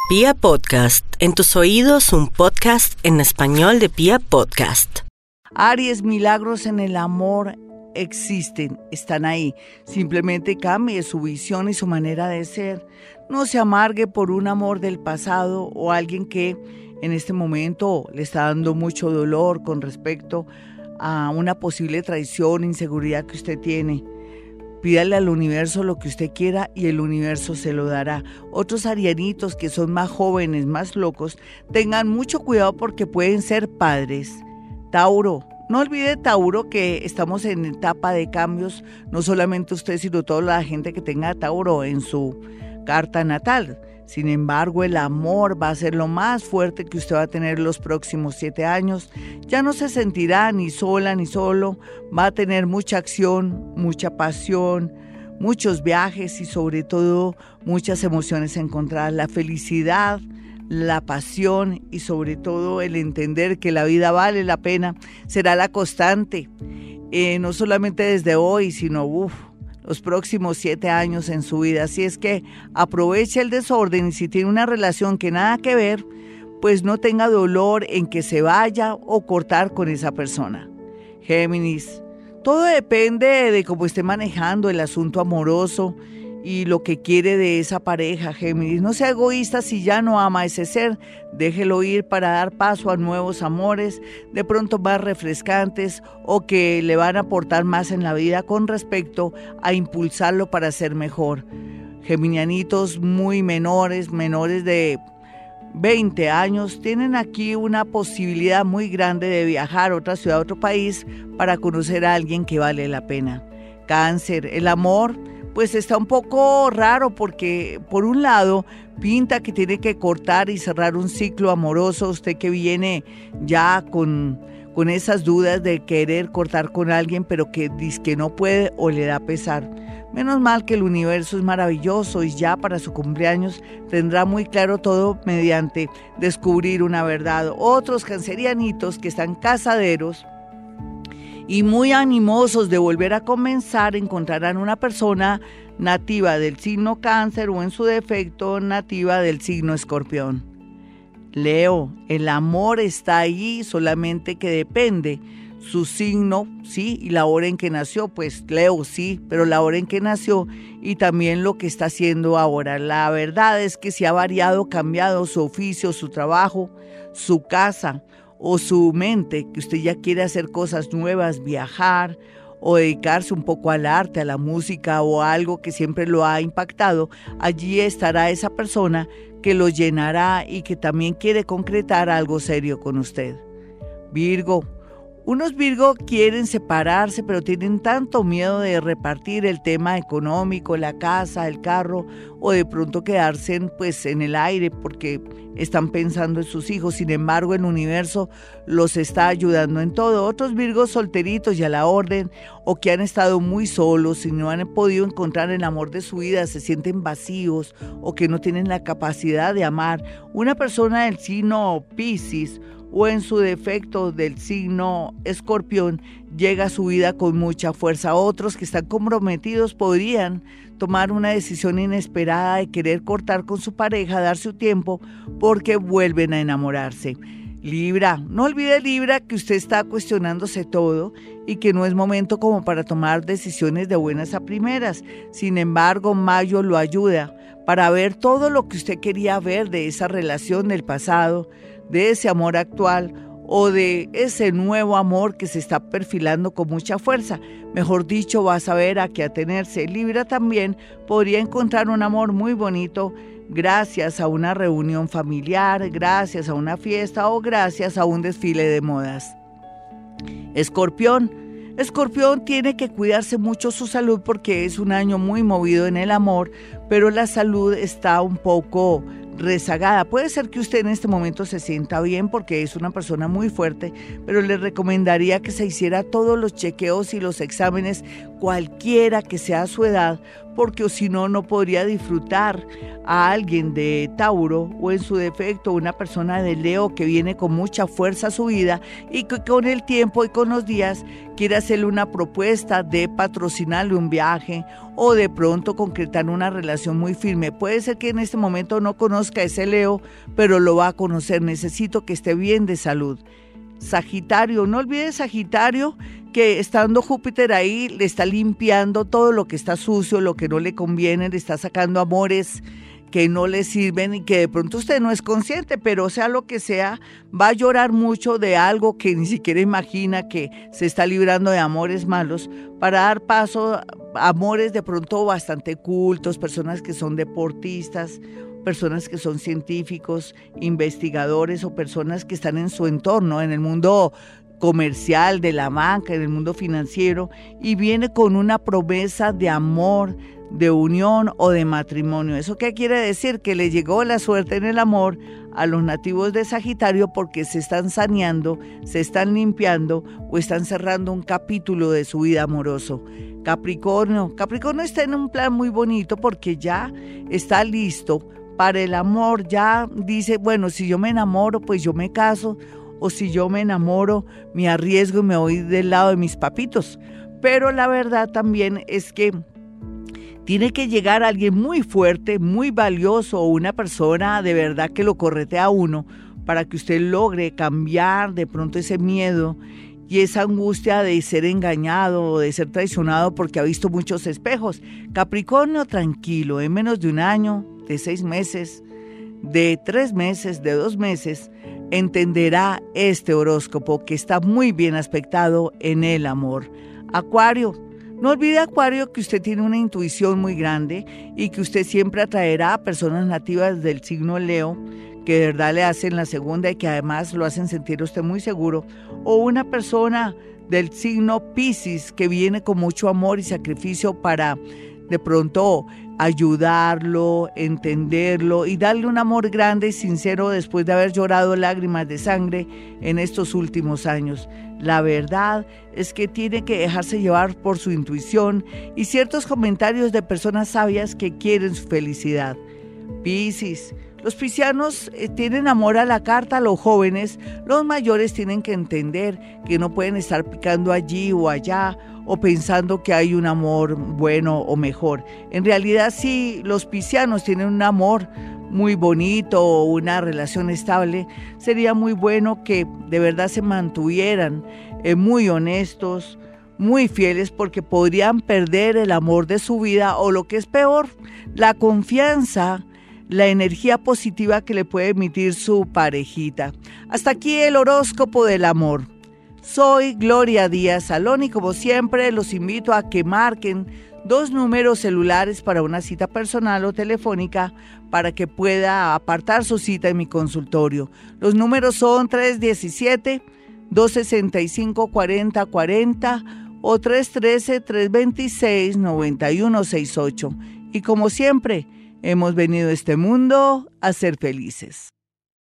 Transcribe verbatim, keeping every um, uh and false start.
Pia Podcast, en tus oídos un podcast en español de Pia Podcast. Aries, milagros en el amor existen, están ahí. Simplemente cambie su visión y su manera de ser. No se amargue por un amor del pasado o alguien que en este momento le está dando mucho dolor con respecto a una posible traición, inseguridad que usted tiene. Pídale al universo lo que usted quiera y el universo se lo dará. Otros arianitos que son más jóvenes, más locos, tengan mucho cuidado porque pueden ser padres. Tauro, no olvide Tauro que estamos en etapa de cambios, no solamente usted sino toda la gente que tenga Tauro en su carta natal. Sin embargo, el amor va a ser lo más fuerte que usted va a tener los próximos siete años. Ya no se sentirá ni sola ni solo, va a tener mucha acción, mucha pasión, muchos viajes y sobre todo muchas emociones encontradas. La felicidad, la pasión y sobre todo el entender que la vida vale la pena será la constante, eh, no solamente desde hoy, sino uff. los próximos siete años en su vida. Así es que aproveche el desorden y si tiene una relación que nada que ver, pues no tenga dolor en que se vaya o cortar con esa persona. Géminis, todo depende de cómo esté manejando el asunto amoroso y lo que quiere de esa pareja. Géminis, no sea egoísta si ya no ama a ese ser, déjelo ir para dar paso a nuevos amores, de pronto más refrescantes o que le van a aportar más en la vida con respecto a impulsarlo para ser mejor. Geminianitos muy menores, menores de veinte años, tienen aquí una posibilidad muy grande de viajar a otra ciudad, a otro país, para conocer a alguien que vale la pena. Cáncer, el amor pues está un poco raro porque por un lado pinta que tiene que cortar y cerrar un ciclo amoroso, usted que viene ya con, con esas dudas de querer cortar con alguien pero que dice que no puede o le da pesar. Menos mal que el universo es maravilloso y ya para su cumpleaños tendrá muy claro todo mediante descubrir una verdad. Otros cancerianitos que están casaderos y muy animosos de volver a comenzar, encontrarán una persona nativa del signo Cáncer o en su defecto nativa del signo Escorpión. Leo, el amor está ahí, solamente que depende su signo, sí, y la hora en que nació, pues Leo sí, pero la hora en que nació y también lo que está haciendo ahora. La verdad es que si ha variado, cambiado su oficio, su trabajo, su casa o su mente, que usted ya quiere hacer cosas nuevas, viajar o dedicarse un poco al arte, a la música o a algo que siempre lo ha impactado, allí estará esa persona que lo llenará y que también quiere concretar algo serio con usted. Virgo, unos Virgo quieren separarse, pero tienen tanto miedo de repartir el tema económico, la casa, el carro, o de pronto quedarse pues, en el aire porque están pensando en sus hijos. Sin embargo, el universo los está ayudando en todo. Otros Virgos solteritos y a la orden, o que han estado muy solos y no han podido encontrar el amor de su vida, se sienten vacíos o que no tienen la capacidad de amar. Una persona del signo Piscis o en su defecto del signo Escorpión llega a su vida con mucha fuerza. Otros que están comprometidos podrían tomar una decisión inesperada de querer cortar con su pareja, dar su tiempo porque vuelven a enamorarse. Libra, no olvide Libra que usted está cuestionándose todo y que no es momento como para tomar decisiones de buenas a primeras. Sin embargo, Mayo lo ayuda para ver todo lo que usted quería ver de esa relación del pasado, de ese amor actual o de ese nuevo amor que se está perfilando con mucha fuerza. Mejor dicho, va a saber a qué atenerse. Libra también podría encontrar un amor muy bonito gracias a una reunión familiar, gracias a una fiesta o gracias a un desfile de modas. Escorpión. Escorpión tiene que cuidarse mucho su salud porque es un año muy movido en el amor, pero la salud está un poco rezagada. Puede ser que usted en este momento se sienta bien porque es una persona muy fuerte, pero le recomendaría que se hiciera todos los chequeos y los exámenes, cualquiera que sea su edad, porque si no, no podría disfrutar a alguien de Tauro o en su defecto una persona de Leo que viene con mucha fuerza a su vida y que con el tiempo y con los días quiere hacerle una propuesta de patrocinarle un viaje o de pronto concretar una relación muy firme. Puede ser que en este momento no conozca a ese Leo, pero lo va a conocer. Necesito que esté bien de salud. Sagitario, no olvides Sagitario, que estando Júpiter ahí le está limpiando todo lo que está sucio, lo que no le conviene, le está sacando amores que no le sirven y que de pronto usted no es consciente, pero sea lo que sea, va a llorar mucho de algo que ni siquiera imagina, que se está librando de amores malos, para dar paso a amores de pronto bastante cultos, personas que son deportistas, personas que son científicos, investigadores o personas que están en su entorno, en el mundo comercial, de la banca, en el mundo financiero, y viene con una promesa de amor, de unión o de matrimonio. ¿Eso qué quiere decir? Que le llegó la suerte en el amor a los nativos de Sagitario porque se están saneando, se están limpiando o están cerrando un capítulo de su vida amoroso. Capricornio, Capricornio está en un plan muy bonito porque ya está listo para el amor, ya dice, bueno, si yo me enamoro, pues yo me caso, o si yo me enamoro, me arriesgo y me voy del lado de mis papitos. Pero la verdad también es que tiene que llegar alguien muy fuerte, muy valioso, o una persona de verdad que lo corretea a uno, para que usted logre cambiar de pronto ese miedo y esa angustia de ser engañado o de ser traicionado porque ha visto muchos espejos. Capricornio, tranquilo, en menos de un año, de seis meses, de tres meses, de dos meses, entenderá este horóscopo que está muy bien aspectado en el amor. Acuario, no olvide, Acuario, que usted tiene una intuición muy grande y que usted siempre atraerá a personas nativas del signo Leo, que de verdad le hacen la segunda y que además lo hacen sentir usted muy seguro, o una persona del signo Piscis que viene con mucho amor y sacrificio para de pronto ayudarlo, entenderlo y darle un amor grande y sincero después de haber llorado lágrimas de sangre en estos últimos años. La verdad es que tiene que dejarse llevar por su intuición y ciertos comentarios de personas sabias que quieren su felicidad. Piscis, los piscianos eh, tienen amor a la carta, los jóvenes, los mayores tienen que entender que no pueden estar picando allí o allá o pensando que hay un amor bueno o mejor. En realidad sí, los piscianos tienen un amor muy bonito o una relación estable. Sería muy bueno que de verdad se mantuvieran eh, muy honestos, muy fieles, porque podrían perder el amor de su vida o, lo que es peor, la confianza, la energía positiva que le puede emitir su parejita. Hasta aquí el horóscopo del amor. Soy Gloria Díaz Salón y como siempre los invito a que marquen dos números celulares para una cita personal o telefónica para que pueda apartar su cita en mi consultorio. Los números son tres uno siete, dos seis cinco, cuatro cero cuatro cero o tres uno tres, tres dos seis, nueve uno seis ocho. Y como siempre, hemos venido a este mundo a ser felices.